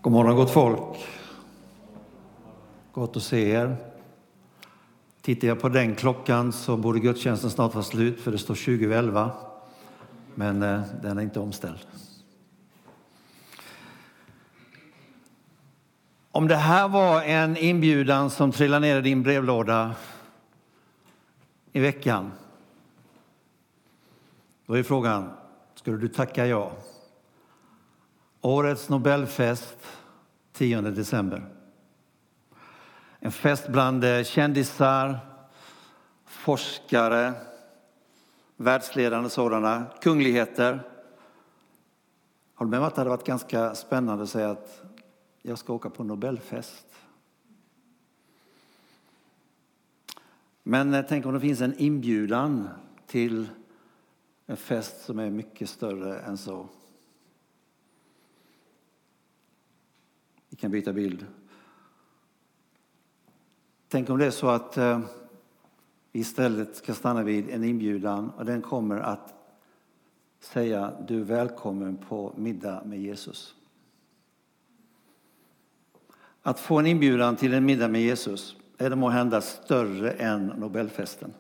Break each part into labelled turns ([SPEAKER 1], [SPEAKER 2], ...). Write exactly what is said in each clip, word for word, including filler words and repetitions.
[SPEAKER 1] God morgon gott folk. Gott att se er. Tittar jag på den klockan så borde gudstjänsten snart vara slut, för det står tjugo över elva. Men eh, den är inte omställd. Om det här var en inbjudan som trillar ner i din brevlåda i veckan, då är frågan, skulle du tacka ja? Årets Nobelfest, tionde december. En fest bland kändisar, forskare, världsledande sådana, kungligheter. Håll med om att det hade varit ganska spännande att säga att jag ska åka på Nobelfest. Men tänk om det finns en inbjudan till en fest som är mycket större än så. Vi kan byta bild. Tänk om det är så att eh, vi istället ska stanna vid en inbjudan och den kommer att säga: du är välkommen på middag med Jesus. Att få en inbjudan till en middag med Jesus är det må hända större än Nobelfesten.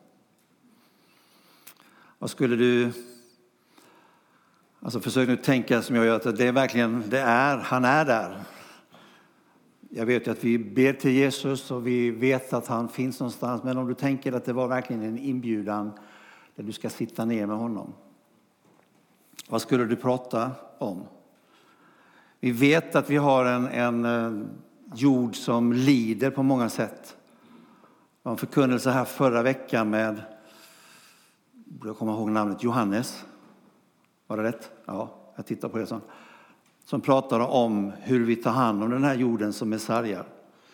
[SPEAKER 1] Vad skulle du... Alltså försök nu tänka som jag gör, att det är verkligen, det är, han är där. Jag vet att vi ber till Jesus och vi vet att han finns någonstans. Men om du tänker att det var verkligen en inbjudan där du ska sitta ner med honom. Vad skulle du prata om? Vi vet att vi har en, en jord som lider på många sätt. Det var en förkunnelse här förra veckan med, jag kommer ihåg namnet, Johannes. Var det rätt? Ja, jag tittar på det så. Som pratar om hur vi tar hand om den här jorden som är sargad.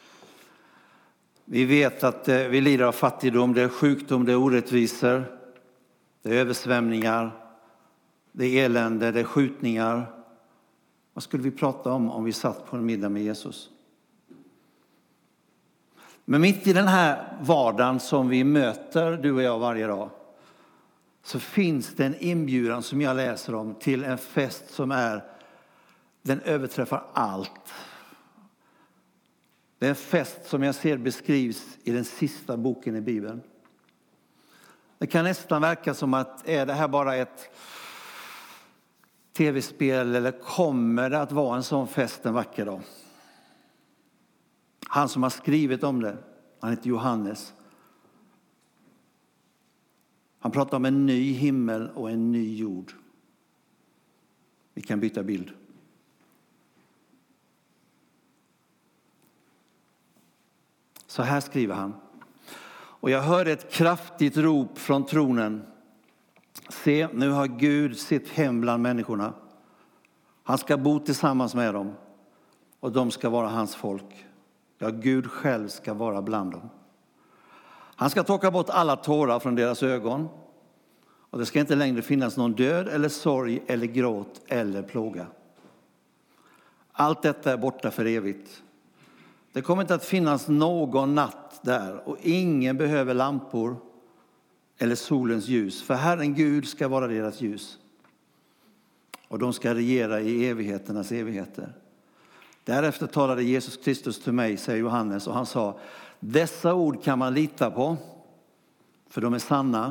[SPEAKER 1] Vi vet att vi lider av fattigdom, det är sjukdom, det är orättvisor, det är översvämningar, det är elände, det är skjutningar. Vad skulle vi prata om om vi satt på en middag med Jesus? Men mitt i den här vardagen som vi möter, du och jag, varje dag, så finns det en inbjudan som jag läser om till en fest som är, den överträffar allt. Det är en fest som jag ser beskrivs i den sista boken i Bibeln. Det kan nästan verka som att, är det här bara ett tv-spel eller kommer det att vara en sån fest en vacker dag? Han som har skrivit om det, han heter Johannes. Han pratar om en ny himmel och en ny jord. Vi kan byta bild. Så här skriver han. Och jag hörde ett kraftigt rop från tronen. Se, nu har Gud sitt hem bland människorna. Han ska bo tillsammans med dem. Och de ska vara hans folk. Ja, Gud själv ska vara bland dem. Han ska torka bort alla tårar från deras ögon. Och det ska inte längre finnas någon död eller sorg eller gråt eller plåga. Allt detta är borta för evigt. Det kommer inte att finnas någon natt där och ingen behöver lampor eller solens ljus. För Herren Gud ska vara deras ljus. Och de ska regera i evigheternas evigheter. Därefter talade Jesus Kristus till mig, säger Johannes, och han sa: dessa ord kan man lita på, för de är sanna.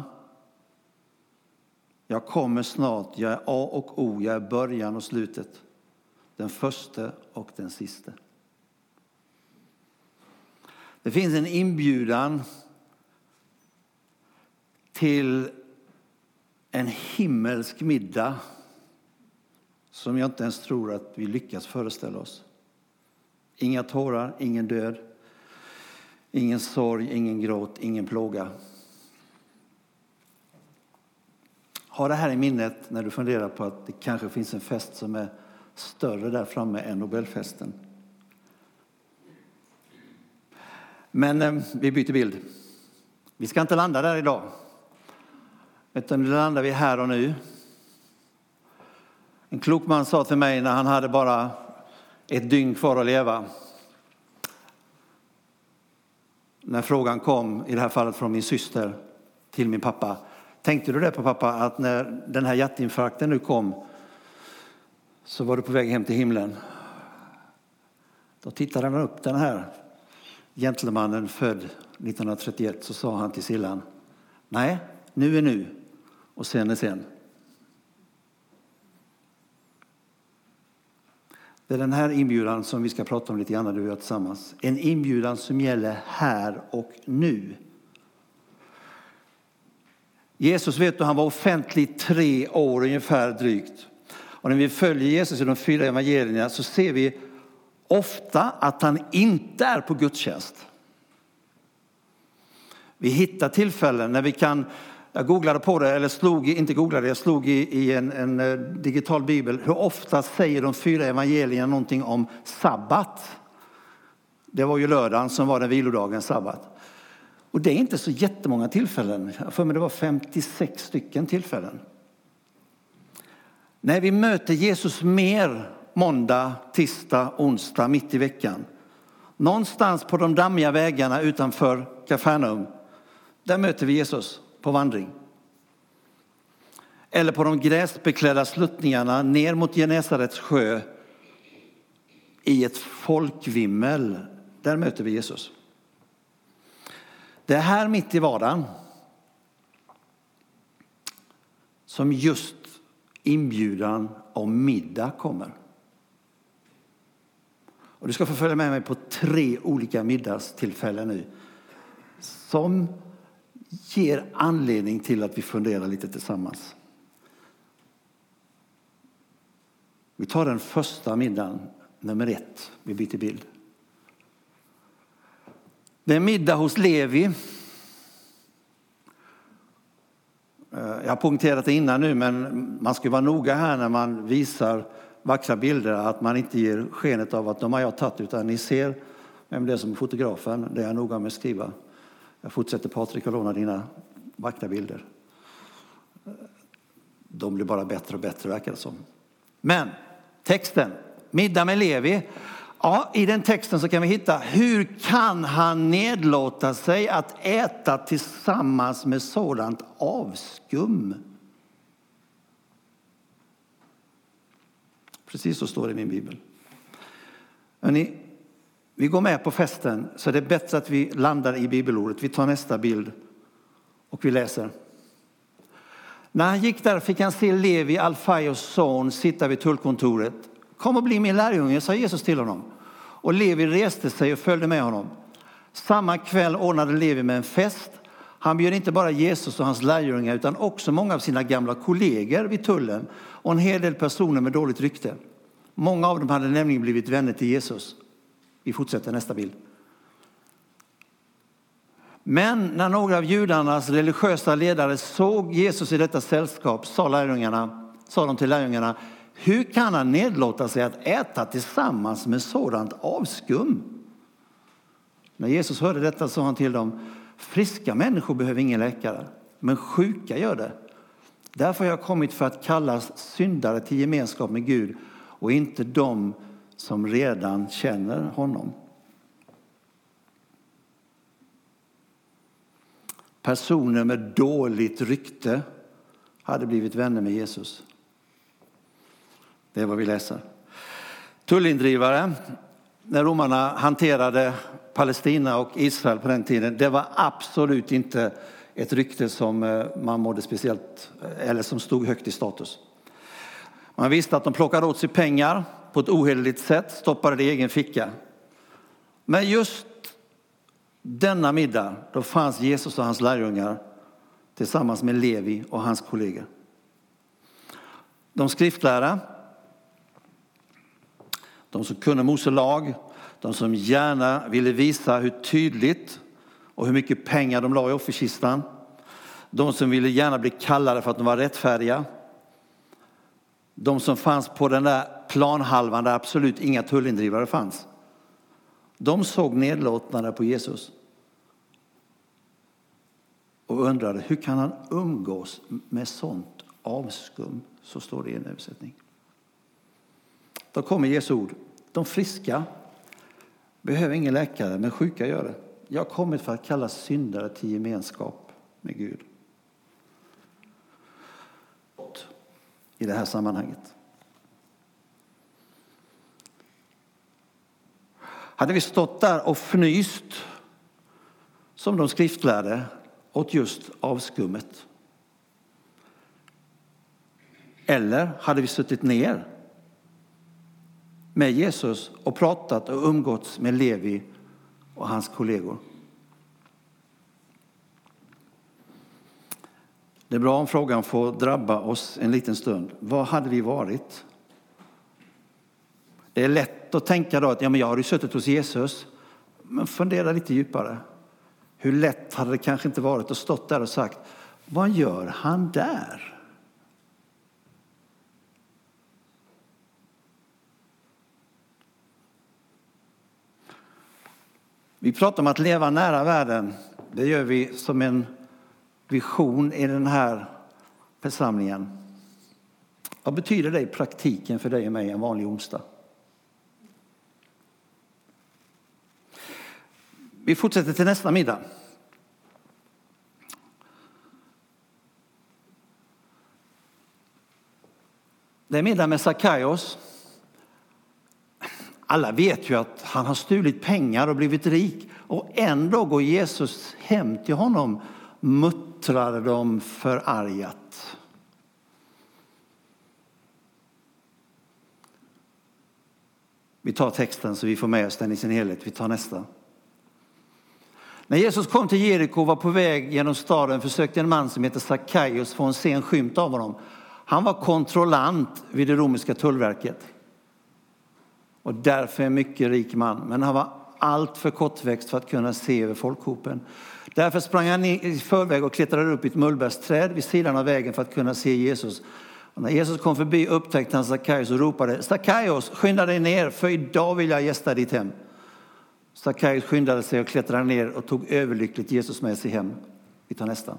[SPEAKER 1] Jag kommer snart, jag är A och O, jag är början och slutet. Den första och den sista. Det finns en inbjudan till en himmelsk middag som jag inte ens tror att vi lyckas föreställa oss. Inga tårar, ingen död, ingen sorg, ingen gråt, ingen plåga. Ha det här i minnet när du funderar på att det kanske finns en fest som är större där framme än Nobelfesten. Men eh, vi byter bild. Vi ska inte landa där idag. Utan nu landar vi här och nu. En klok man sa till mig när han hade bara ett dygn kvar att leva. När frågan kom, i det här fallet från min syster till min pappa. Tänkte du det på pappa, att när den här hjärtinfarkten nu kom så var du på väg hem till himlen? Då tittade han upp den här gentlemannen född nittonhundratrettioett, så sa han till Sillan: nej, nu är nu och sen är sen. Det är den här inbjudan som vi ska prata om lite grann, du och jag tillsammans. En inbjudan som gäller här och nu. Jesus, vet du, han var offentlig tre år ungefär drygt. Och när vi följer Jesus i de fyra evangelierna så ser vi ofta att han inte är på gudstjänst. Vi hittar tillfällen när vi kan, jag googlade på det, eller slog, inte googlade, jag slog i, i en, en digital bibel. Hur ofta säger de fyra evangelierna någonting om sabbat? Det var ju lördagen som var den vilodagen, sabbat. Och det är inte så jättemånga tillfällen. För mig det var femtiosex stycken tillfällen. När vi möter Jesus mer måndag, tisdag, onsdag, mitt i veckan. Någonstans på de dammiga vägarna utanför Kafarnaum. Där möter vi Jesus på vandring. Eller på de gräsbeklädda sluttningarna ner mot Genesarets sjö. I ett folkvimmel. Där möter vi Jesus. Det är här mitt i vardagen som just inbjudan om middag kommer. Och du ska få följa med mig på tre olika middagstillfällen nu. Som ger anledning till att vi funderar lite tillsammans. Vi tar den första middagen, nummer ett. Vi byter bild. Det är middag hos Levi. Jag har punkterat det innan nu, men man ska vara noga här när man visar vackra bilder. Att man inte ger skenet av att de har jag tagit, utan ni ser vem det är som är fotografen. Det är jag noga med att skriva. Jag fortsätter, Patrik, att låna dina vackra bilder. De blir bara bättre och bättre, verkar det som. Men texten, middag med Levi. Ja, i den texten så kan vi hitta: hur kan han nedlåta sig att äta tillsammans med sådant avskum? Precis så står det i min bibel. Hörrni, vi går med på festen, så det är bättre att vi landar i bibelordet. Vi tar nästa bild och vi läser. När han gick där fick han se Levi, Alfaios son, sitta vid tullkontoret. Kom och bli min lärjunge, sa Jesus till honom. Och Levi reste sig och följde med honom. Samma kväll ordnade Levi med en fest. Han bjöd inte bara Jesus och hans lärjungar utan också många av sina gamla kollegor vid tullen. Och en hel del personer med dåligt rykte. Många av dem hade nämligen blivit vänner till Jesus. Vi fortsätter nästa bild. Men när några av judarnas religiösa ledare såg Jesus i detta sällskap sa, lärjungarna, sa de till lärjungarna: hur kan han nedlåta sig att äta tillsammans med sådant avskum? När Jesus hörde detta sa han till dem: friska människor behöver ingen läkare, men sjuka gör det. Därför har jag kommit för att kalla syndare till gemenskap med Gud och inte de som redan känner honom. Personer med dåligt rykte hade blivit vänner med Jesus. Det är vad vi läser. Tullindrivare, när romarna hanterade Palestina och Israel på den tiden, det var absolut inte ett rykte som man mådde speciellt, eller som stod högt i status. Man visste att de plockade åt sig pengar på ett ohederligt sätt, stoppade det i egen ficka. Men just denna middag, då fanns Jesus och hans lärjungar tillsammans med Levi och hans kollegor. De skriftlärda, de som kunde Mose lag, de som gärna ville visa hur tydligt och hur mycket pengar de la i offerkistan, de som ville gärna bli kallade för att de var rättfärdiga, de som fanns på den där planhalvan där absolut inga tullindrivare fanns. De såg nedlåtande på Jesus och undrade: hur kan han umgås med sånt avskum? Så står det i en översättning. Då kommer Jesu ord: de friska behöver ingen läkare, men sjuka gör det. Jag har kommit för att kalla syndare till gemenskap med Gud. I det här sammanhanget. Hade vi stått där och fnyst som de skriftlärde åt just avskummet? Eller hade vi suttit ner med Jesus och pratat och umgåtts med Levi och hans kollegor? Det är bra om frågan får drabba oss en liten stund. Vad hade vi varit? Det är lätt att tänka då att ja, men jag har ju suttit hos Jesus. Men fundera lite djupare. Hur lätt hade det kanske inte varit att stått där och sagt, vad gör han där? Vi pratar om att leva nära världen. Det gör vi som en vision i den här församlingen. Vad betyder det i praktiken för dig och mig en vanlig onsdag? Vi fortsätter till nästa middag. Det är middag med Sackaios. Alla vet ju att han har stulit pengar och blivit rik. Och ändå går Jesus hem till honom, muttrar de förargat. Vi tar texten så vi får med oss den i sin helhet. Vi tar nästa. När Jesus kom till Jeriko och var på väg genom staden försökte en man som heter Sackaios få en sen skymt av honom. Han var kontrollant vid det romerska tullverket. Och därför en mycket rik man. Men han var allt för kortväxt för att kunna se över folkhopen. Därför sprang han i förväg och klättrade upp i ett mullbärsträd vid sidan av vägen för att kunna se Jesus. Och när Jesus kom förbi upptäckte han Sackaios och ropade: Sackaios, skynda dig ner, för idag vill jag gästa ditt hem. Sackaios skyndade sig och klättrade ner och tog överlyckligt Jesus med sig hem. Vi tar nästa.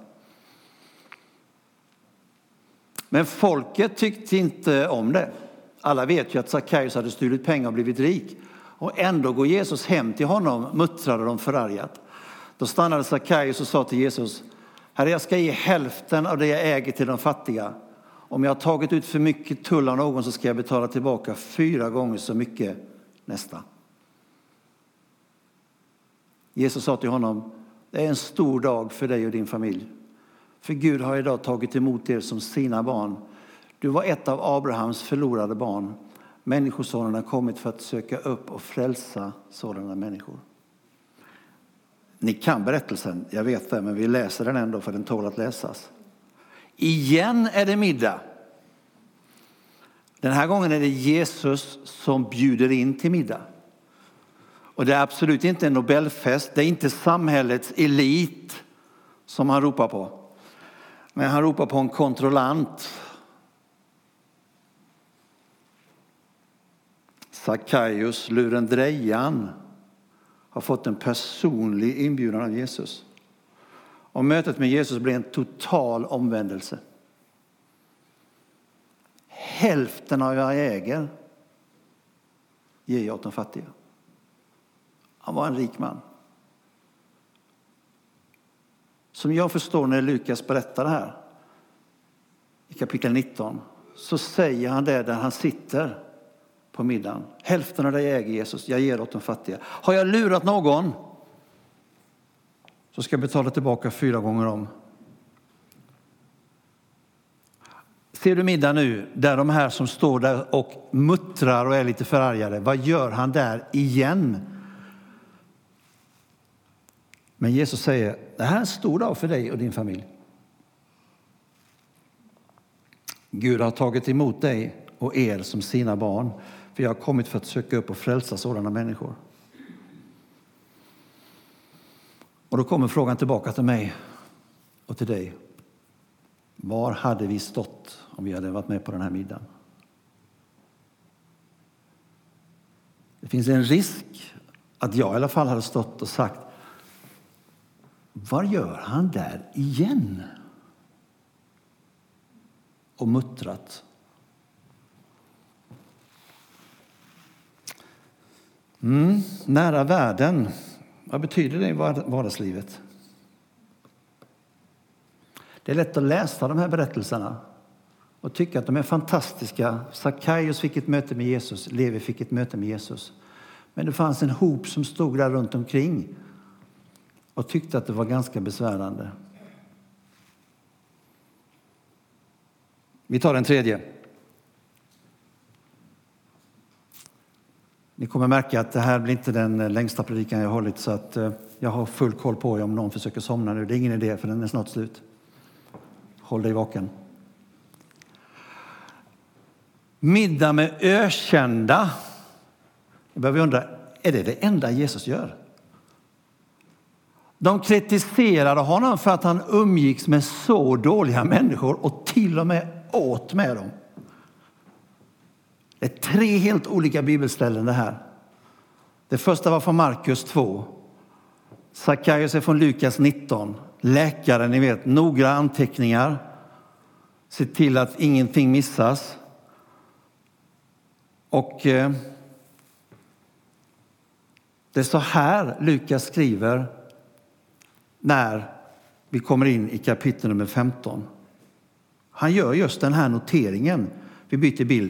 [SPEAKER 1] Men folket tyckte inte om det. Alla vet ju att Sackaios hade stulit pengar och blivit rik. Och ändå går Jesus hem till honom, muttrade de förargat. Då stannade Sackaios och sa till Jesus: Herre, jag ska ge hälften av det jag äger till de fattiga. Om jag har tagit ut för mycket tull av någon så ska jag betala tillbaka fyra gånger så mycket nästa. Jesus sa till honom: det är en stor dag för dig och din familj. För Gud har idag tagit emot er som sina barn. Du var ett av Abrahams förlorade barn. Människosonen har kommit för att söka upp och frälsa sådana människor. Ni kan berättelsen, jag vet det, men vi läser den ändå för den tål att läsas. Igen är det middag. Den här gången är det Jesus som bjuder in till middag. Och det är absolut inte en Nobelfest, det är inte samhällets elit som han ropar på. Men han ropar på en kontrollant. Sackaios, lurendrejan, har fått en personlig inbjudan av Jesus. Och mötet med Jesus blir en total omvändelse. Hälften av vad jag äger ger jag åt de fattiga. Han var en rik man. Som jag förstår när Lukas berättar det här i kapitel nitton, så säger han det där han sitter på middagen. Hälften av det jag äger, Jesus, jag ger åt de fattiga. Har jag lurat någon så ska jag betala tillbaka fyra gånger om. Ser du middag nu där de här som står där och muttrar och är lite förargade, vad gör han där igen? Men Jesus säger: det här är en stor dag för dig och din familj. Gud har tagit emot dig och er som sina barn. För jag har kommit för att söka upp och frälsa sådana människor. Och då kommer frågan tillbaka till mig och till dig. Var hade vi stått om vi hade varit med på den här middagen? Det finns en risk att jag i alla fall hade stått och sagt: vad gör han där igen? Och muttrat. Mm, nära världen. Vad betyder det i vardagslivet? Det är lätt att läsa de här berättelserna och tycka att de är fantastiska. Sackaios fick ett möte med Jesus. Levi fick ett möte med Jesus. Men det fanns en hop som stod där runt omkring och tyckte att det var ganska besvärande. Vi tar den tredje. Ni kommer märka att det här blir inte den längsta predikan jag har hållit, så att jag har full koll på om någon försöker somna nu. Det är ingen idé, för den är snart slut. Håll dig vaken. Middag med ökända. Jag behöver undra, är det det enda Jesus gör? De kritiserade honom för att han umgicks med så dåliga människor och till och med åt med dem. Det är tre helt olika bibelställen det här. Det första var från Markus två. Sackaios är från Lukas nitton. Läkaren, ni vet, noggranna anteckningar. Se till att ingenting missas. Och eh, det är så här Lukas skriver när vi kommer in i kapitel nummer femton. Han gör just den här noteringen. Vi byter bild.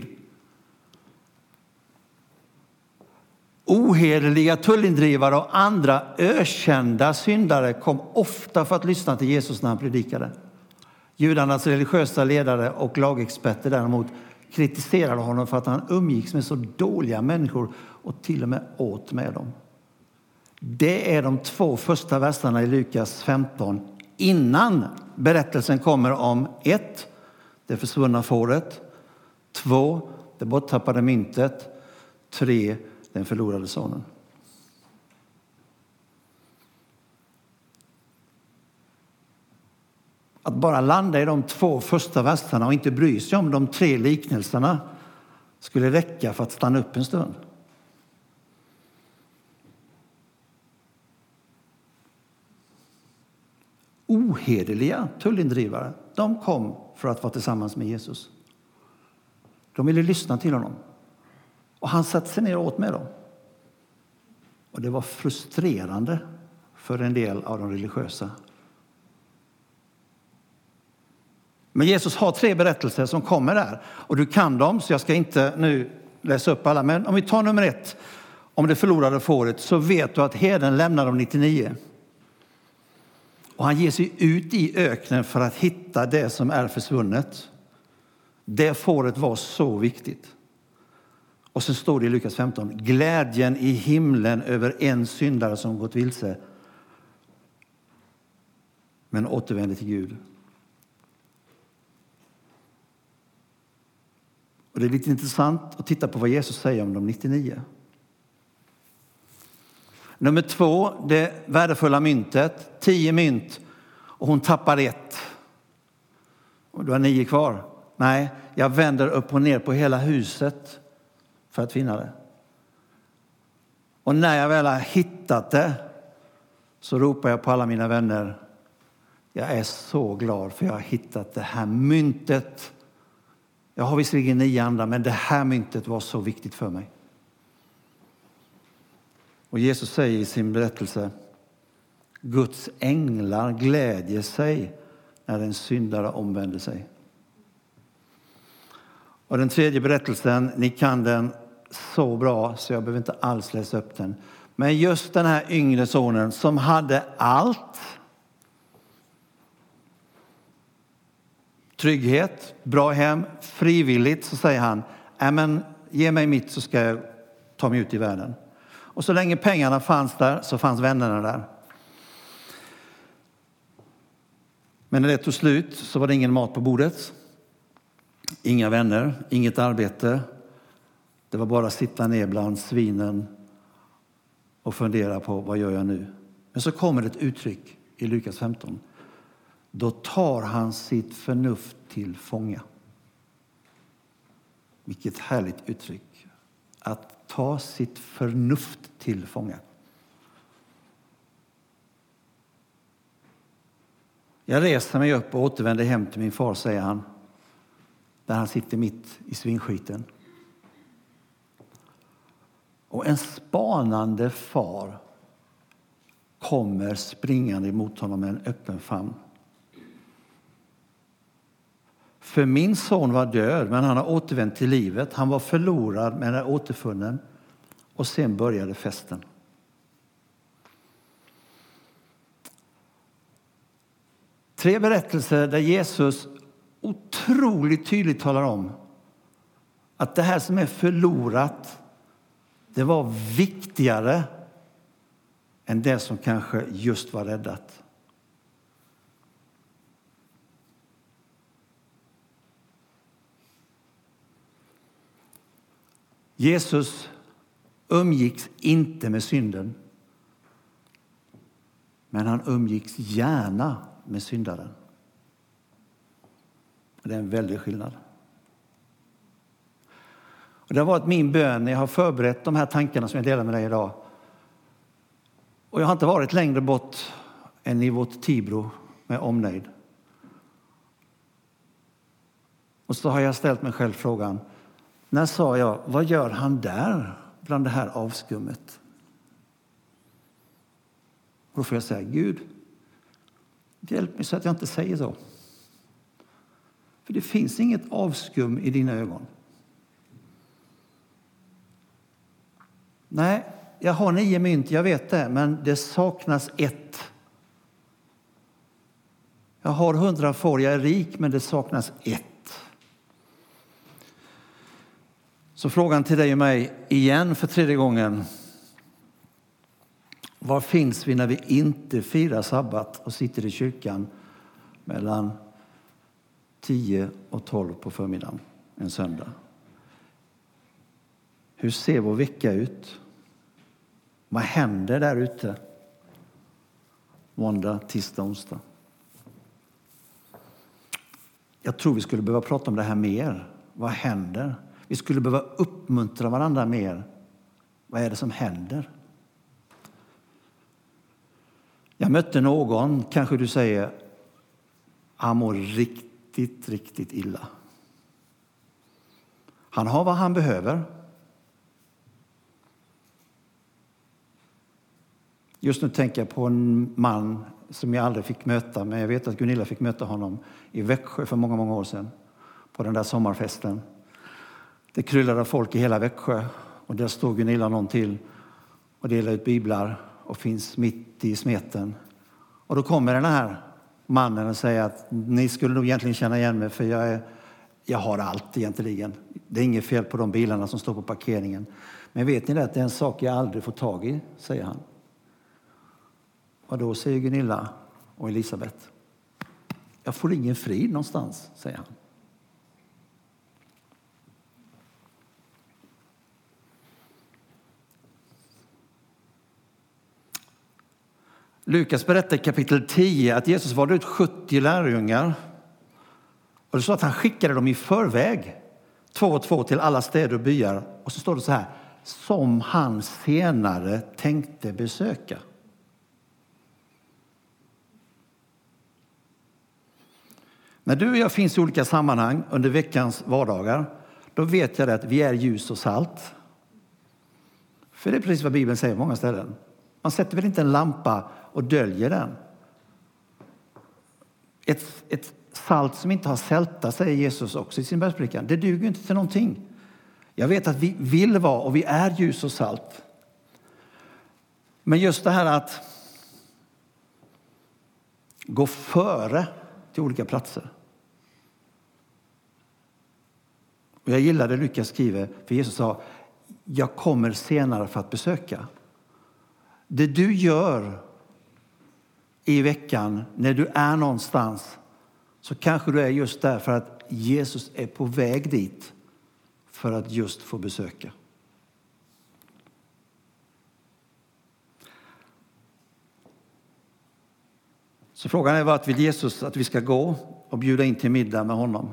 [SPEAKER 1] Ohederliga tullindrivare och andra ökända syndare kom ofta för att lyssna till Jesus när han predikade. Judarnas religiösa ledare och lagexperter däremot kritiserade honom för att han umgicks med så dåliga människor och till och med åt med dem. Det är de två första verserna i Lukas femton innan berättelsen kommer om ett, det försvunna fåret, två, det borttappade myntet, tre, den förlorade sonen. Att bara landa i de två första verserna och inte bry sig om de tre liknelserna skulle räcka för att stanna upp en stund. Ohederliga tullindrivare, de kom för att vara tillsammans med Jesus. De ville lyssna till honom. Och han satte sig ner och åt med dem. Och det var frustrerande för en del av de religiösa. Men Jesus har tre berättelser som kommer där. Och du kan dem, så jag ska inte nu läsa upp alla. Men om vi tar nummer ett, om det förlorade fåret, så vet du att herden lämnar de nittionio. Och han ger sig ut i öknen för att hitta det som är försvunnet. Det fåret var så viktigt. Och så står det i Lukas femton. Glädjen i himlen över en syndare som gått vilse. Men återvänder till Gud. Och det är lite intressant att titta på vad Jesus säger om de nittionio. Nummer två, det värdefulla myntet. Tio mynt. Och hon tappar ett. Och du har nio kvar. Nej, jag vänder upp och ner på hela huset för att finna det. Och när jag väl har hittat det så ropar jag på alla mina vänner. Jag är så glad för jag har hittat det här myntet. Jag har visserligen nio andra, men det här myntet var så viktigt för mig. Och Jesus säger i sin berättelse: Guds änglar glädjer sig när en syndare omvänder sig. Och den tredje berättelsen, ni kan den så bra så jag behöver inte alls läsa upp den. Men just den här yngre sonen som hade allt. Trygghet, bra hem, frivilligt, så säger han: äh, men ge mig mitt så ska jag ta mig ut i världen. Och så länge pengarna fanns där så fanns vännerna där. Men när det tog slut så var det ingen mat på bordet. Inga vänner, inget arbete. Det var bara att sitta ner bland svinen och fundera på vad gör jag nu. Men så kommer ett uttryck i Lukas femton. Då tar han sitt förnuft till fånga. Vilket härligt uttryck. Att ta sitt förnuft till fånga. Jag reser mig upp och återvänder hem till min far, säger han. Där han sitter mitt i svinskiten. Och en spanande far kommer springande emot honom med en öppen famn. För min son var död, men han har återvänt till livet. Han var förlorad, men är återfunnen. Och sen började festen. Tre berättelser där Jesus otroligt tydligt talar om att det här som är förlorat, det var viktigare än det som kanske just var räddat. Jesus umgicks inte med synden, men han umgicks gärna med syndaren. Det är en väldig skillnad. Och det har varit min bön när jag har förberett de här tankarna som jag delar med dig idag. Och jag har inte varit längre bort än i vårt Tibro med omnejd. Och så har jag ställt mig själv frågan, när sa jag, vad gör han där bland det här avskummet? Och då får jag säga, Gud, hjälp mig så att jag inte säger så. För det finns inget avskum i dina ögon. Nej, jag har nio mynt, jag vet det, men det saknas ett. Jag har hundra får, jag är rik, men det saknas ett. Så frågan till dig och mig igen för tredje gången. Var finns vi när vi inte firar sabbat och sitter i kyrkan mellan tio och tolv på förmiddagen en söndag? Hur ser vår vecka ut? Vad händer där ute? Måndag, tisdag, onsdag. Jag tror vi skulle behöva prata om det här mer. Vad händer? Vi skulle behöva uppmuntra varandra mer. Vad är det som händer? Jag mötte någon, kanske du säger, han mår riktigt, riktigt illa. Han har vad han behöver. Just nu tänker jag på en man som jag aldrig fick möta, men jag vet att Gunilla fick möta honom i Växjö för många, många år sedan på den där sommarfesten. Det kryllade folk i hela Växjö och där står Gunilla någon till och delar ut biblar och finns mitt i smeten. Och då kommer den här mannen och säger att ni skulle nog egentligen känna igen mig, för jag, är, jag har allt egentligen. Det är inget fel på de bilarna som står på parkeringen. Men vet ni det, att det är en sak jag aldrig får tag i, säger han. Och då säger Gunilla och Elisabeth, jag får ingen frid någonstans, säger han. Lukas berättar i kapitel tio att Jesus valde ut sjuttio lärjungar. Och det står att han skickade dem i förväg, två och två, till alla städer och byar. Och så står det så här, som han senare tänkte besöka. När du och jag finns i olika sammanhang under veckans vardagar, då vet jag att vi är ljus och salt. För det är precis vad Bibeln säger på många ställen. Man sätter väl inte en lampa och döljer den. Ett, ett salt som inte har sälta, säger Jesus också i sin bergspredikan, det duger inte till någonting. Jag vet att vi vill vara och vi är ljus och salt. Men just det här att gå före till olika platser. Och jag gillar det Lukas skriver, för Jesus sa, jag kommer senare för att besöka. Det du gör i veckan när du är någonstans, så kanske du är just där för att Jesus är på väg dit för att just få besöka. Så frågan är, vart vill Jesus att vi ska gå och bjuda in till middag med honom?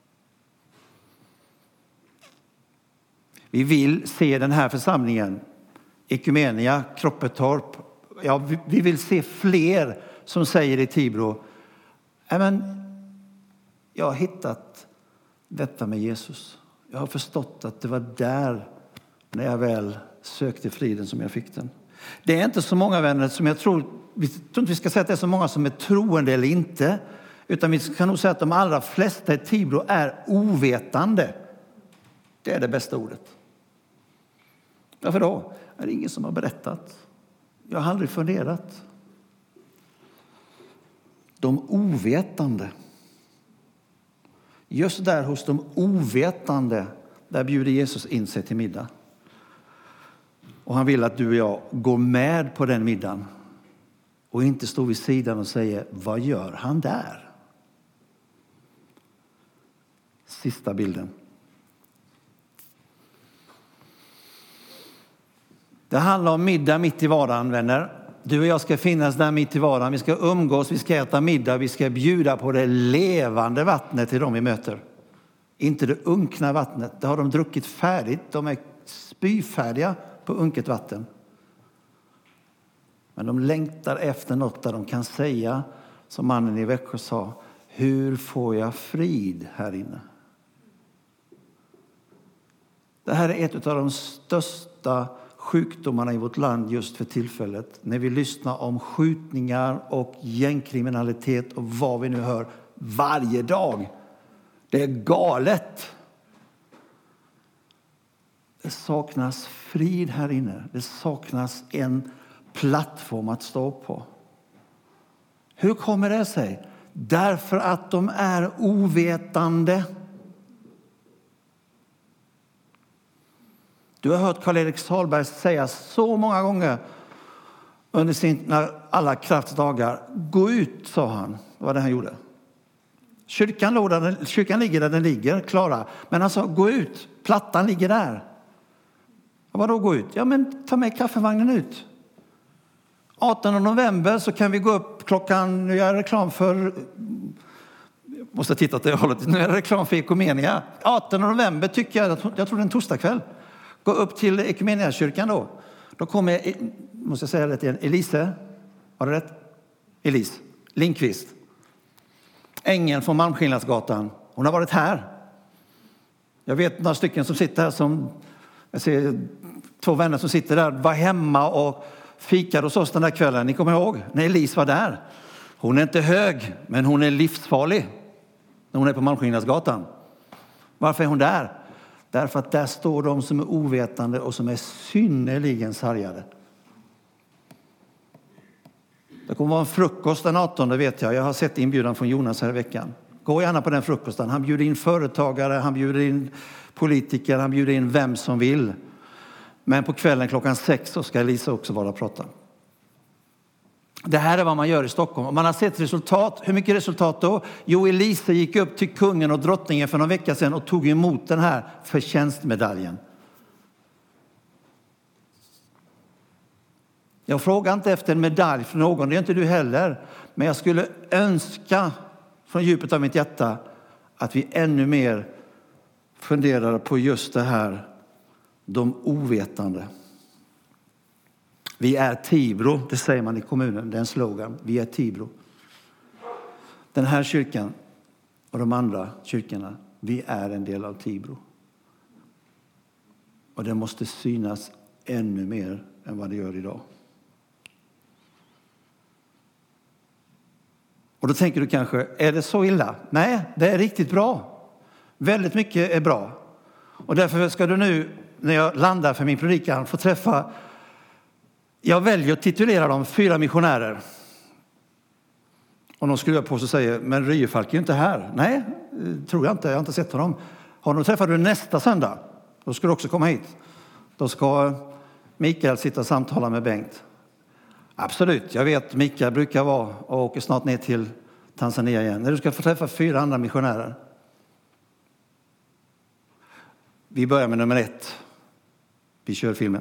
[SPEAKER 1] Vi vill se den här församlingen, Ekumenia, Kroppettorp. Ja, vi vill se fler som säger i Tibro, men jag har hittat detta med Jesus. Jag har förstått att det var där, när jag väl sökte friden, som jag fick den. Det är inte så många vänner som jag tror, vi tror inte vi ska säga att det är så många som är troende eller inte, utan vi kan nog säga att de allra flesta i Tibro är ovetande. Det är det bästa ordet. Varför då? Det är ingen som har berättat. Jag har aldrig funderat. De ovetande. Just där hos de ovetande, där bjuder Jesus in sig till middag. Och han vill att du och jag går med på den middagen. Och inte står vid sidan och säger, vad gör han där? Sista bilden. Det handlar om middag mitt i vardagen, vänner. Du och jag ska finnas där mitt i vardagen. Vi ska umgås, vi ska äta middag, vi ska bjuda på det levande vattnet till dem vi möter. Inte det unkna vattnet. Det har de druckit färdigt. De är spyfärdiga på unket vatten. Men de längtar efter något där de kan säga, som mannen i Växjö sa, hur får jag frid här inne? Det här är ett av de största sjukdomarna i vårt land just för tillfället. När vi lyssnar om skjutningar och gängkriminalitet och vad vi nu hör varje dag. Det är galet. Det saknas frid här inne. Det saknas en plattform att stå på. Hur kommer det sig? Därför att de är ovetande. Du har hört Karl-Erik Sahlberg säga så många gånger under sina alla kraftsdagar. Gå ut, sa han. Det var det han gjorde. Kyrkan, låg där den, kyrkan ligger där den ligger, klara. Men han sa, gå ut. Plattan ligger där. Vadå gå ut? Ja, men ta med kaffevagnen ut. artonde november så kan vi gå upp klockan, nu gör jag reklam för, jag måste titta åt det hållet, nu är det reklam för Ekumenia. artonde november tycker jag, jag tror det är en torsdagkväll. Gå upp till Ekumeniakyrkan då. Då kommer, måste jag säga rätt igen, Elise, har du rätt? Elise Lindqvist. Ängeln från Malmskillnadsgatan. Hon har varit här. Jag vet några stycken som sitter här som, jag ser två vänner som sitter där, var hemma och fikade hos oss den där kvällen. Ni kommer ihåg när Elise var där. Hon är inte hög, men hon är livsfarlig när hon är på Malmskillnadsgatan. Varför är hon där? Därför att där står de som är ovetande och som är synnerligen sargade. Det kommer vara en frukost den artonde, vet jag. Jag har sett inbjudan från Jonas här i veckan. Gå gärna på den frukosten. Han bjuder in företagare, han bjuder in politiker, han bjuder in vem som vill. Men på kvällen klockan sex så ska Elisa också vara och prata. Det här är vad man gör i Stockholm. Man har sett resultat. Hur mycket resultat då? Jo, Elisa gick upp till kungen och drottningen för några veckor sedan och tog emot den här förtjänstmedaljen. Jag frågar inte efter en medalj för någon, det är inte du heller. Men jag skulle önska från djupet av mitt hjärta att vi ännu mer funderar på just det här. De ovetande. Vi är Tibro, det säger man i kommunen, det är en slogan. Vi är Tibro. Den här kyrkan och de andra kyrkorna, vi är en del av Tibro. Och det måste synas ännu mer än vad det gör idag. Och då tänker du kanske, är det så illa? Nej, det är riktigt bra. Väldigt mycket är bra. Och därför ska du nu, när jag landar för min predikan, få träffa, jag väljer att titulera dem fyra missionärer. Och de skruvar på sig och säger, men Ryefalk är ju inte här. Nej, tror jag inte, jag har inte sett honom. Honom träffar du nästa söndag. Då ska du också komma hit. Då ska Mikael sitta och samtala med Bengt. Absolut, jag vet Mikael brukar vara och åker snart ner till Tanzania igen. När du ska få träffa fyra andra missionärer. Vi börjar med nummer ett. Vi kör filmen.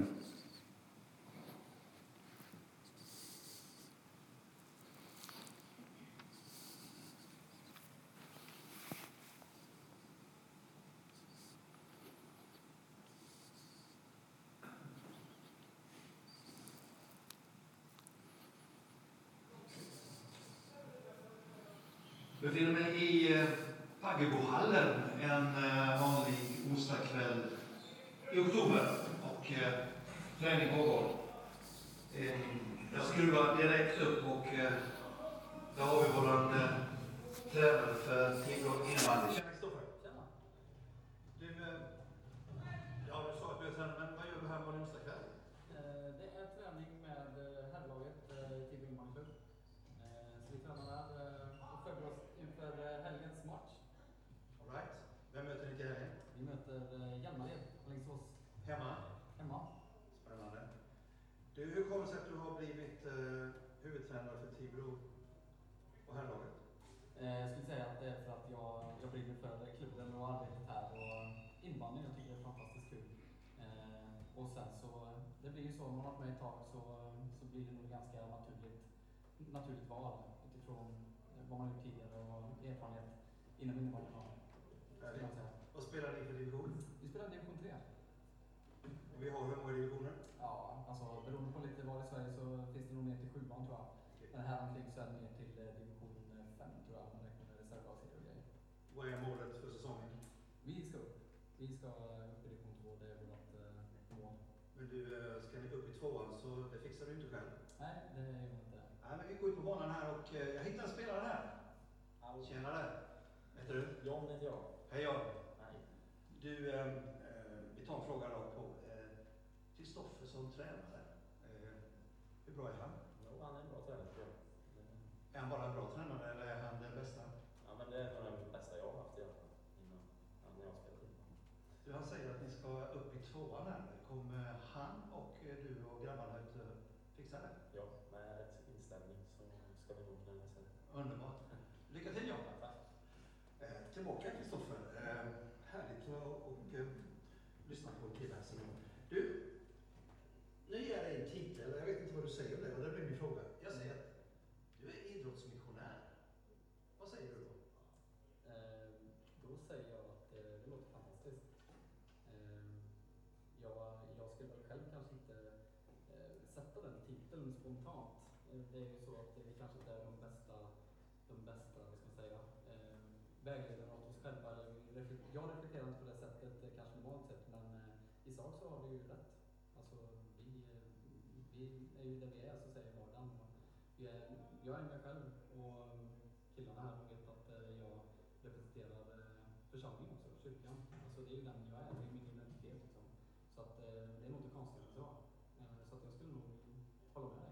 [SPEAKER 1] Jag befinner mig i Paggebohallen en vanlig onsdagskväll i oktober och träning pågår. Jag skruvar direkt upp och där har vi våran tränare för Tibro innebandy. Tjena Kristoffer. Tjena. Du, ja, du sa att du är tränare, men vad gör du här på onsdagskväll?
[SPEAKER 2] heter Hjälmared, Alingsås.
[SPEAKER 1] Hemma?
[SPEAKER 2] Hemma.
[SPEAKER 1] Spännande. Du, hur kommer det sig att du har blivit eh, huvudtränare för Tibro och herrlaget?
[SPEAKER 2] Eh, jag skulle säga att det är för att jag, jag brinner för klubben och arbetet här och invandrarna. Jag tycker det är fantastiskt kul. Eh, och sen så, det blir ju så, om man har varit med ett tag så, så blir det nog ganska naturligt, naturligt val utifrån vad man gjort tidigare och erfarenhet inom invandrarna.
[SPEAKER 1] Vad spelar ni för division?
[SPEAKER 2] Vi spelar division tre.
[SPEAKER 1] Och vi har hur många divisioner?
[SPEAKER 2] Ja, alltså beroende på lite var i Sverige så finns det nog ner till sjuan tror jag. Men här omkring så är det ner till division fem tror jag, man räknar med reservlagserier och grejer.
[SPEAKER 1] Vad är målet för säsongen?
[SPEAKER 2] Vi ska upp. Vi ska upp i division två, det är vårt eh, mål.
[SPEAKER 1] Men du, ska ni upp i tvåan så det fixar du inte själv?
[SPEAKER 2] Nej, det är ju inte.
[SPEAKER 1] Nej, men vi går ut på banan här och eh, jag hittar en spelare här. Tjenare. Heter du?
[SPEAKER 3] John heter jag.
[SPEAKER 1] Hej John.
[SPEAKER 3] Hej.
[SPEAKER 1] Du, eh, vi tar en fråga rakt på. Eh, Kristoffer som tränare, eh, hur bra är han?
[SPEAKER 3] Jo, han är en bra tränare tror jag.
[SPEAKER 1] Är han bara en bra tränare eller är han den bästa?
[SPEAKER 3] Ja, men det är nog den bästa jag har haft i alla fall innan när jag spelade in.
[SPEAKER 1] Du, han säger att ni ska upp i tvåan här. Kommer han och du och grabbarna ut fixa det?
[SPEAKER 3] Ja, med rätt inställning så ska vi nog kunna lösa det.
[SPEAKER 1] Underbart. Lycka till John.
[SPEAKER 3] Tack.
[SPEAKER 1] Eh, tillbaka Kristoffer. Eh, härligt att och, eh, lyssna på en kille här som du. Nu ger jag dig en titel. Jag vet inte vad du säger om det och det blir min fråga. Jag säger att du är idrottsmissionär. Vad säger du då?
[SPEAKER 2] Eh, då säger jag att eh, det låter fantastiskt. Eh, jag, jag skulle väl själv kanske inte eh, sätta den titeln spontant. Eh, det är ju så att vi kanske inte är de bästa, de bästa, vad ska man säga, eh, vägledarna åt oss själva. Eller vi reflekter, jag reflekterar inte på det sättet, eh, kanske normalt sett, men eh, i sak så har vi ju rätt. Alltså, vi, eh, vi är ju där vi är, så säger vardagen. Vi är, jag är mig själv och killarna här vet att eh, jag representerar eh, församlingen också, kyrkan. Alltså det är ju den jag är, det är min identitet liksom. Så att eh, det är nog inte konstigt så. Eh, så att jag skulle nog hålla med dig.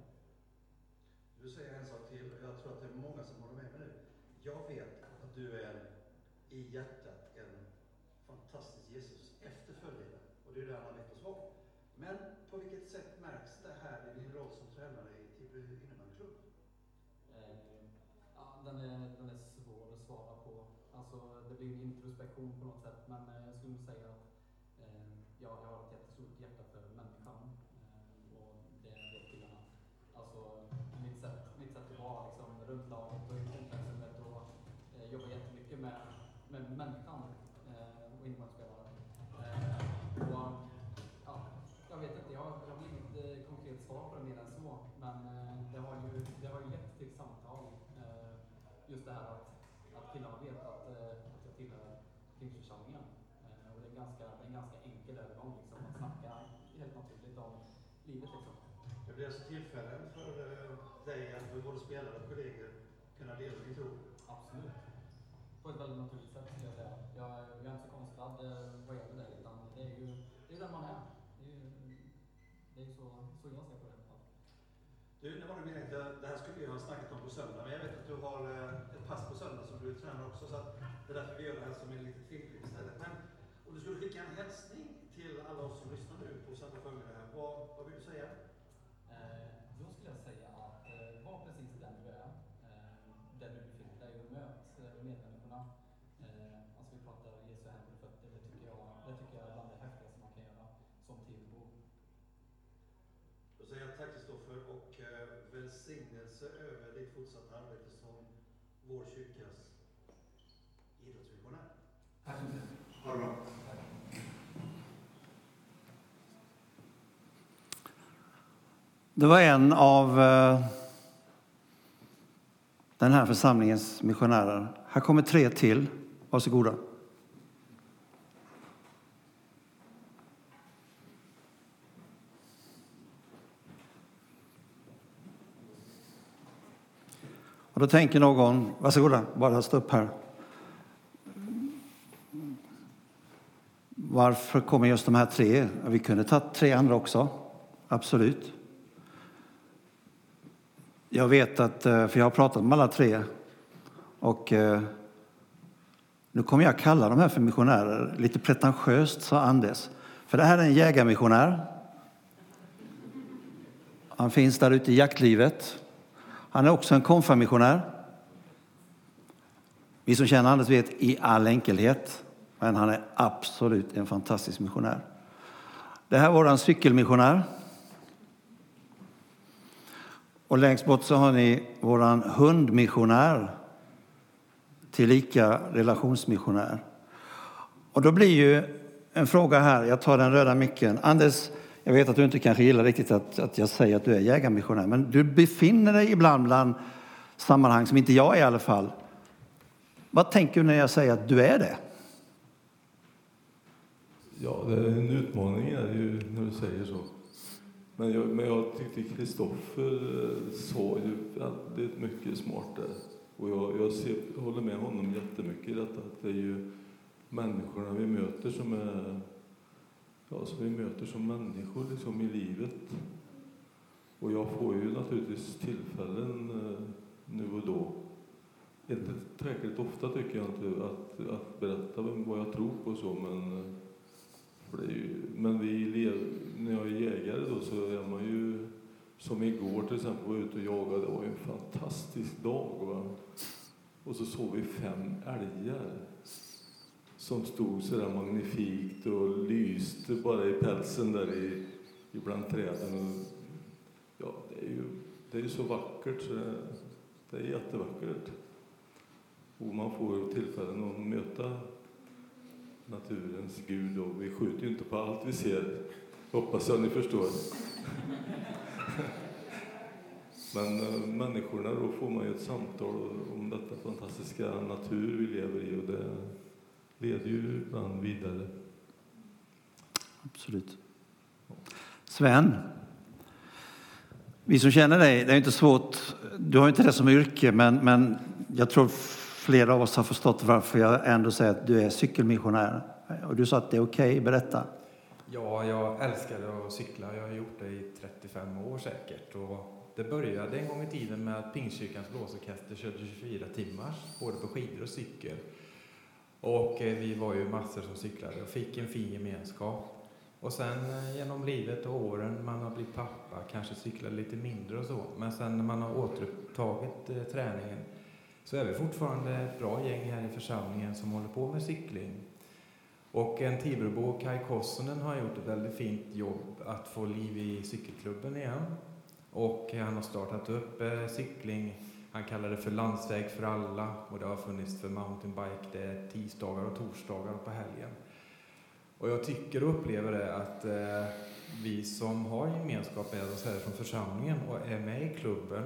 [SPEAKER 1] Du säger en sak till och jag tror att det är många som håller med mig nu. Jag vet att du är i hjärtat en fantastisk Jesus efterföljare och det är det han har lett oss vara. Men på vilket sätt märks det här i din roll som tränare i Tibro innebandyklubb?
[SPEAKER 2] Eh, ja, den är, den är svår att svara på. Alltså det blir en introspektion på något sätt, men eh, jag skulle nog säga att eh, jag, jag har ett jättestort hjärta för människan eh, och det är det killarna. Alltså mitt sätt, mitt sätt att vara liksom, runt laget och i omklädningsrummet och eh, jobba jättemycket med, med människan eh, och innebandyspelare. Eh, och ja, jag vet inte, jag har, jag har inget eh, konkret svar på det mer än så, men eh, det, har ju, det har ju lett till samtal. Eh, just det här att, att killarna vet att, eh, att jag tillhör Tingsförsamlingen. Eh, och det är, ganska, det är en ganska enkel övergång liksom, att snacka helt naturligt om livet. Liksom.
[SPEAKER 1] Det blir alltså tillfällen för eh, dig att för både spelare och kollegor kunna dela din tro?
[SPEAKER 2] Absolut. På ett väldigt naturligt sätt skulle jag säga. Jag, jag är inte så konstlad eh, vad gäller det, utan det är ju det är den man är. Det är ju det är så, så jag ser på det. Ja.
[SPEAKER 1] Du, nu var det meningen att det här skulle vi ha snackat om på söndag, men jag vet att du har eh, ett pass på söndag som du tränar också, så att det är därför vi gör det här som en liten filmklipp istället. Men om du skulle skicka en hälsning till alla oss som lyssnar nu på söndag förmiddag här, vad, vad vill du säga?
[SPEAKER 2] Eh, då skulle jag säga att eh, var precis den du är, eh, där du befinner dig och möt eh, medmänniskorna. Eh, alltså vi pratar Jesu händer och fötter, det tycker jag, det tycker jag är bland det häftigaste man kan göra som Tibro.
[SPEAKER 1] Då säger jag tack Kristoffer och eh, välsignelse över ditt fortsatta arbete som vår kyrkas idrottsmissionär.
[SPEAKER 2] Tack så mycket.
[SPEAKER 1] Ha det bra.
[SPEAKER 4] Det var en av eh, den här församlingens missionärer. Här kommer tre till. Varsågoda. Och då tänker någon, varsågoda, bara stå upp här. Varför kommer just de här tre? Vi kunde ta tre andra också. Absolut. Jag vet att, för jag har pratat med alla tre. Och
[SPEAKER 1] Nu kommer jag kalla de här för missionärer. Lite pretentiöst, sa Anders. För det här är en jägarmissionär. Han finns där ute i jaktlivet. Han är också en konfirmamissionär. Vi som känner Anders vet i all enkelhet. Men han är absolut en fantastisk missionär. Det här var en cykelmissionär. Och längst bort så har ni våran hundmissionär. Tillika relationsmissionär. Och då blir ju en fråga här. Jag tar den röda micken. Anders, jag vet att du inte kanske gillar riktigt att, att jag säger att du är jägarmissionär. Men du befinner dig ibland bland sammanhang som inte jag är i alla fall. Vad tänker du när jag säger att du är det?
[SPEAKER 5] Ja, det är en utmaning är det ju när du säger så. Men jag, men jag tyckte Kristoffer sa ju väldigt mycket smart där. Och jag, jag ser, håller med honom jättemycket i detta. Att det är ju människorna vi möter som är... Ja, som vi möter som människor liksom i livet. Och jag får ju naturligtvis tillfällen nu och då. Inte tillräckligt ofta tycker jag inte att, att berätta vad jag tror på så, men... För det är ju, men vi lev, när jag är jägare då så är man ju, som igår till exempel, var ute och jagade. Det var ju en fantastisk dag. Va? Och så såg vi fem älgar som stod så där magnifikt och lyste bara i pälsen där i, ibland träden. Och, ja, det är ju det är ju så vackert så det, det är jättevackert. Och man får tillfällen att möta naturens Gud, och vi skjuter ju inte på allt vi ser. Hoppas jag ni förstår. Men äh, människorna, då får man ju ett samtal om detta fantastiska natur vi lever i, och det leder ju ibland vidare.
[SPEAKER 1] Absolut. Sven, vi som känner dig, det är inte svårt, du har inte det som yrke, men, men jag tror flera av oss har förstått varför jag ändå säger att du är cykelmissionär. Och du sa att det är okej, berätta.
[SPEAKER 6] Ja, jag älskade att cykla. Jag har gjort det i trettiofem år säkert. Och det började en gång i tiden med att Pingstkyrkans blåsorkester körde tjugofyra timmars, både på skidor och cykel. Och vi var ju massor som cyklade och fick en fin gemenskap. Och sen genom livet och åren, man har blivit pappa, kanske cyklar lite mindre och så. Men sen när man har återupptagit eh, träningen så är vi fortfarande ett bra gäng här i församlingen som håller på med cykling. Och en Tiberbo, Kai Kossonen, har gjort ett väldigt fint jobb att få liv i cykelklubben igen. Och han har startat upp eh, cykling. Han kallar det för landsväg för alla, och det har funnits för mountainbike. Det är tisdagar och torsdagar på helgen. Och jag tycker och upplever det att eh, vi som har gemenskap med oss här från församlingen och är med i klubben,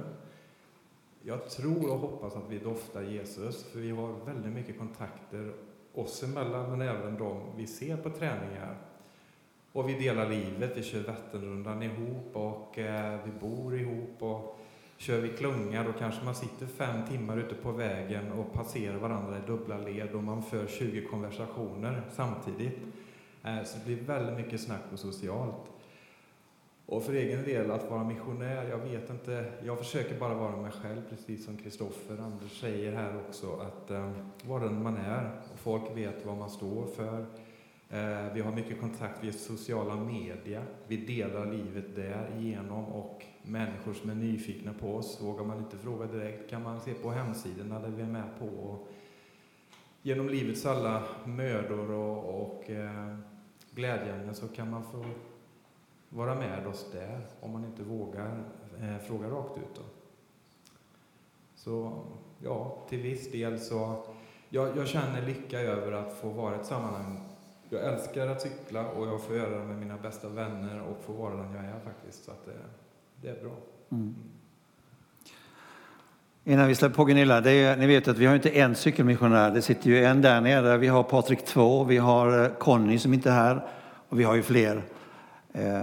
[SPEAKER 6] jag tror och hoppas att vi doftar Jesus, för vi har väldigt mycket kontakter oss emellan, men även de vi ser på träningar. Och vi delar livet, vi kör Vätternrundan ihop och eh, vi bor ihop, och kör vi klungar då kanske man sitter fem timmar ute på vägen och passerar varandra i dubbla led, och man för tjugo konversationer samtidigt. Eh, så det blir väldigt mycket snack och socialt. Och för egen del att vara missionär, jag vet inte, jag försöker bara vara mig själv, precis som Kristoffer Anders säger här också, att eh, vara den man är, och folk vet vad man står för. Eh, vi har mycket kontakt via sociala medier, vi delar livet där igenom, och människor som är nyfikna på oss, vågar man inte fråga direkt kan man se på hemsidorna där vi är med på. Och genom livets alla mödor och, och eh, glädjeämnen så kan man få vara med oss där, om man inte vågar eh, fråga rakt ut då. Så ja, till viss del så jag, jag känner lycka över att få vara i ett sammanhang. Jag älskar att cykla, och jag får göra det med mina bästa vänner och få vara den jag är faktiskt, så att det, det är bra. Mm.
[SPEAKER 1] Innan vi släpper på Gunilla, det är, ni vet att vi har inte en cykelmissionär, det sitter ju en där nere, vi har Patrik två, vi har Conny som inte är här, och vi har ju fler. Eh,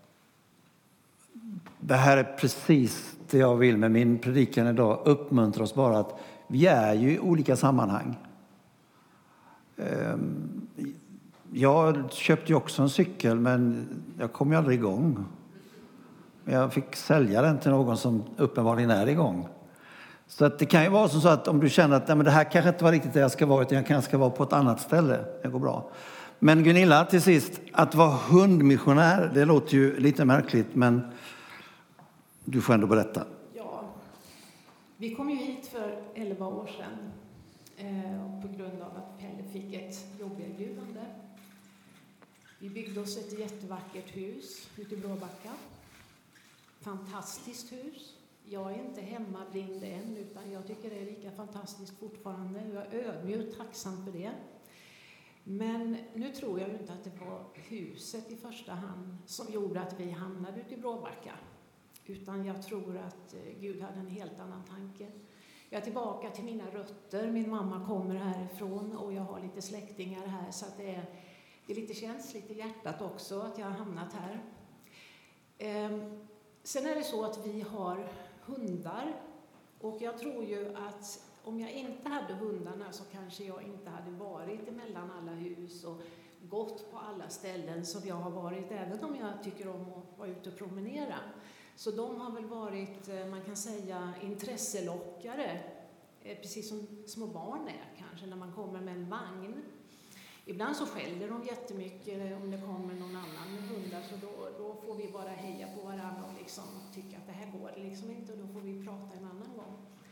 [SPEAKER 1] det här är precis det jag vill med min predikan idag, uppmuntra oss bara att vi är ju i olika sammanhang. Eh, jag köpte ju också en cykel, men jag kom ju aldrig igång. Jag fick sälja den till någon som uppenbarligen är igång. Så att det kan ju vara så att om du känner att nej, men det här kanske inte var riktigt där jag ska vara, utan jag kanske ska vara på ett annat ställe. Det går bra. Men Gunilla, till sist, att vara hundmissionär, det låter ju lite märkligt, men du får ändå berätta.
[SPEAKER 7] Ja, vi kom ju hit för elva år sedan eh, på grund av att Pelle fick ett jobberbjudande. Vi byggde oss ett jättevackert hus ute i Bråbacka. Fantastiskt hus. Jag är inte hemmablind än, utan jag tycker det är lika fantastiskt fortfarande. Jag är ödmjukt tacksam för det. Men nu tror jag inte att det var huset i första hand som gjorde att vi hamnade ute i Bråbacka. Utan jag tror att Gud hade en helt annan tanke. Jag är tillbaka till mina rötter. Min mamma kommer härifrån och jag har lite släktingar här. Så att det, är, det är lite känsligt i hjärtat också att jag har hamnat här. Ehm, sen är det så att vi har hundar. Och jag tror ju att om jag inte hade hundarna så kanske jag inte hade varit emellan alla hus och gått på alla ställen som jag har varit, även om jag tycker om att vara ute och promenera. Så de har väl varit, man kan säga, intresselockare, precis som små barn är kanske när man kommer med en vagn. Ibland så skäller de jättemycket om det kommer någon annan med hundar, så då, då får vi bara heja på varandra och liksom tycka att det här går liksom inte, och då får vi prata en annan gång.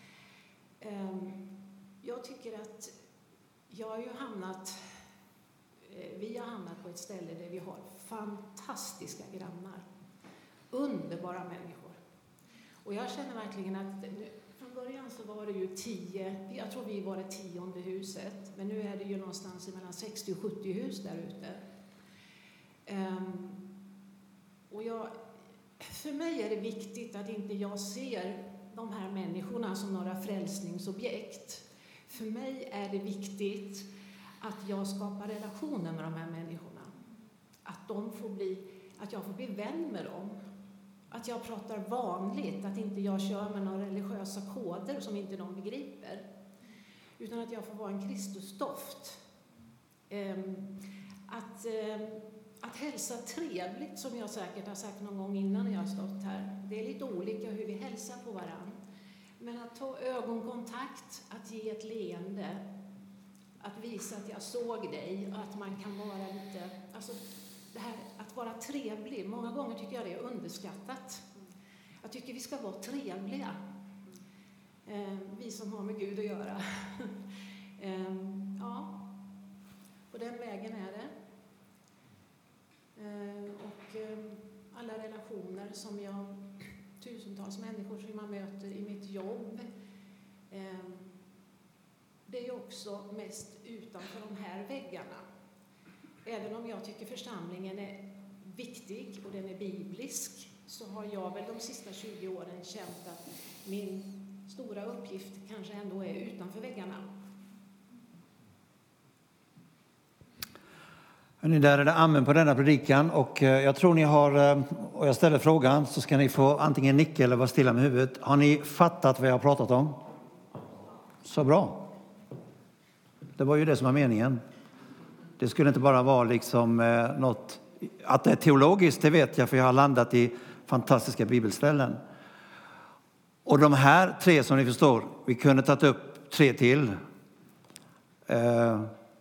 [SPEAKER 7] Jag tycker att jag har ju hamnat, vi har hamnat på ett ställe där vi har fantastiska grannar. Underbara människor. Och jag känner verkligen att nu, från början så var det ju tio, jag tror vi var det tionde huset, men nu är det ju någonstans mellan sextio och sjuttio hus där ute. Um, och jag, för mig är det viktigt att inte jag ser de här människorna som några frälsningsobjekt. För mig är det viktigt att jag skapar relationer med de här människorna. Att de får bli, att jag får bli vän med dem. Att jag pratar vanligt, att inte jag kör med några religiösa koder som inte de begriper. Utan att jag får vara en Kristusdoft. Att, att hälsa trevligt, som jag säkert har sagt någon gång innan jag har stått här. Det är lite olika hur vi hälsar på varann. Men att ta ögonkontakt, att ge ett leende, att visa att jag såg dig och att man kan vara lite... Alltså, det här att vara trevlig, många gånger tycker jag det är underskattat. Jag tycker vi ska vara trevliga. Eh, vi som har med Gud att göra. eh, ja, på den vägen är det. Eh, och eh, alla relationer som jag, tusentals människor som man möter i mitt jobb. Eh, det är också mest utanför de här väggarna. Även om jag tycker församlingen är viktig och den är biblisk, så har jag väl de sista tjugo åren känt att min stora uppgift kanske ändå är utanför väggarna.
[SPEAKER 1] Hörrni, där är det amen på denna predikan, och jag tror ni har, och jag ställer frågan så ska ni få antingen nicka eller vara stilla med huvudet. Har ni fattat vad jag har pratat om? Så bra. Det var ju det som var meningen. Det skulle inte bara vara liksom eh, något, att det är teologiskt, det vet jag, för jag har landat i fantastiska bibelställen. Och de här tre som ni förstår, vi kunde tagit upp tre till. Eh,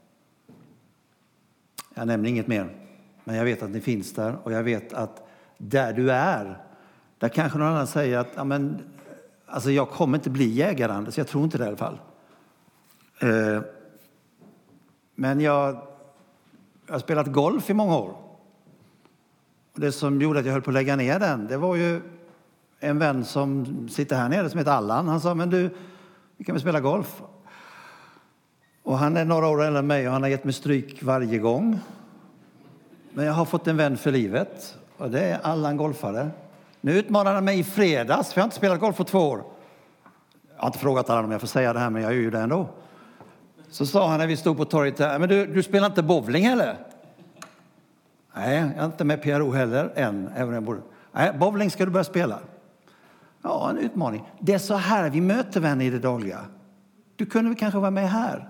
[SPEAKER 1] jag nämner inget mer, men jag vet att ni finns där, och jag vet att där du är, där kanske någon annan säger att ja, men, alltså jag kommer inte bli jägare, så jag tror inte det i alla fall. Eh, men jag Jag har spelat golf i många år. Och det som gjorde att jag höll på att lägga ner den, det var ju en vän som sitter här nere som heter Allan. Han sa, men du, vi kan väl spela golf. Och han är några år äldre än mig och han har gett mig stryk varje gång. Men jag har fått en vän för livet, och det är Allan golfare. Nu utmanade han mig i fredags, för jag har inte spelat golf på två år. Jag har inte frågat Allan om jag får säga det här, men jag gör ju det ändå. Så sa han när vi stod på torget, men du, du spelar inte bowling heller? Nej, jag är inte med P R O heller än, även om jag borde. Nej, bowling ska du börja spela. Ja, en utmaning. Det är så här vi möter vänner i det dagliga. Du kunde väl kanske vara med här.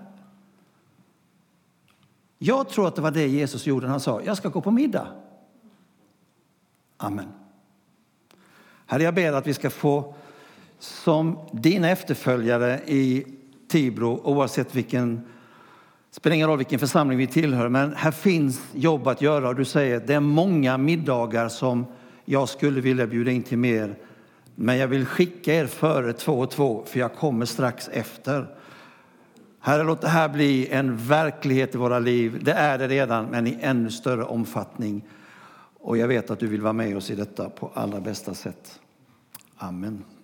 [SPEAKER 1] Jag tror att det var det Jesus gjorde när han sa, jag ska gå på middag. Amen. Herre, jag ber att vi ska få som dina efterföljare i Tibro, oavsett vilken, spelar ingen roll vilken församling vi tillhör, men här finns jobb att göra. Och du säger att det är många middagar som jag skulle vilja bjuda in till mer, men jag vill skicka er före två och två, för jag kommer strax efter. Herre, låt det här bli en verklighet i våra liv. Det är det redan, men i ännu större omfattning. Och jag vet att du vill vara med oss i detta på allra bästa sätt. Amen.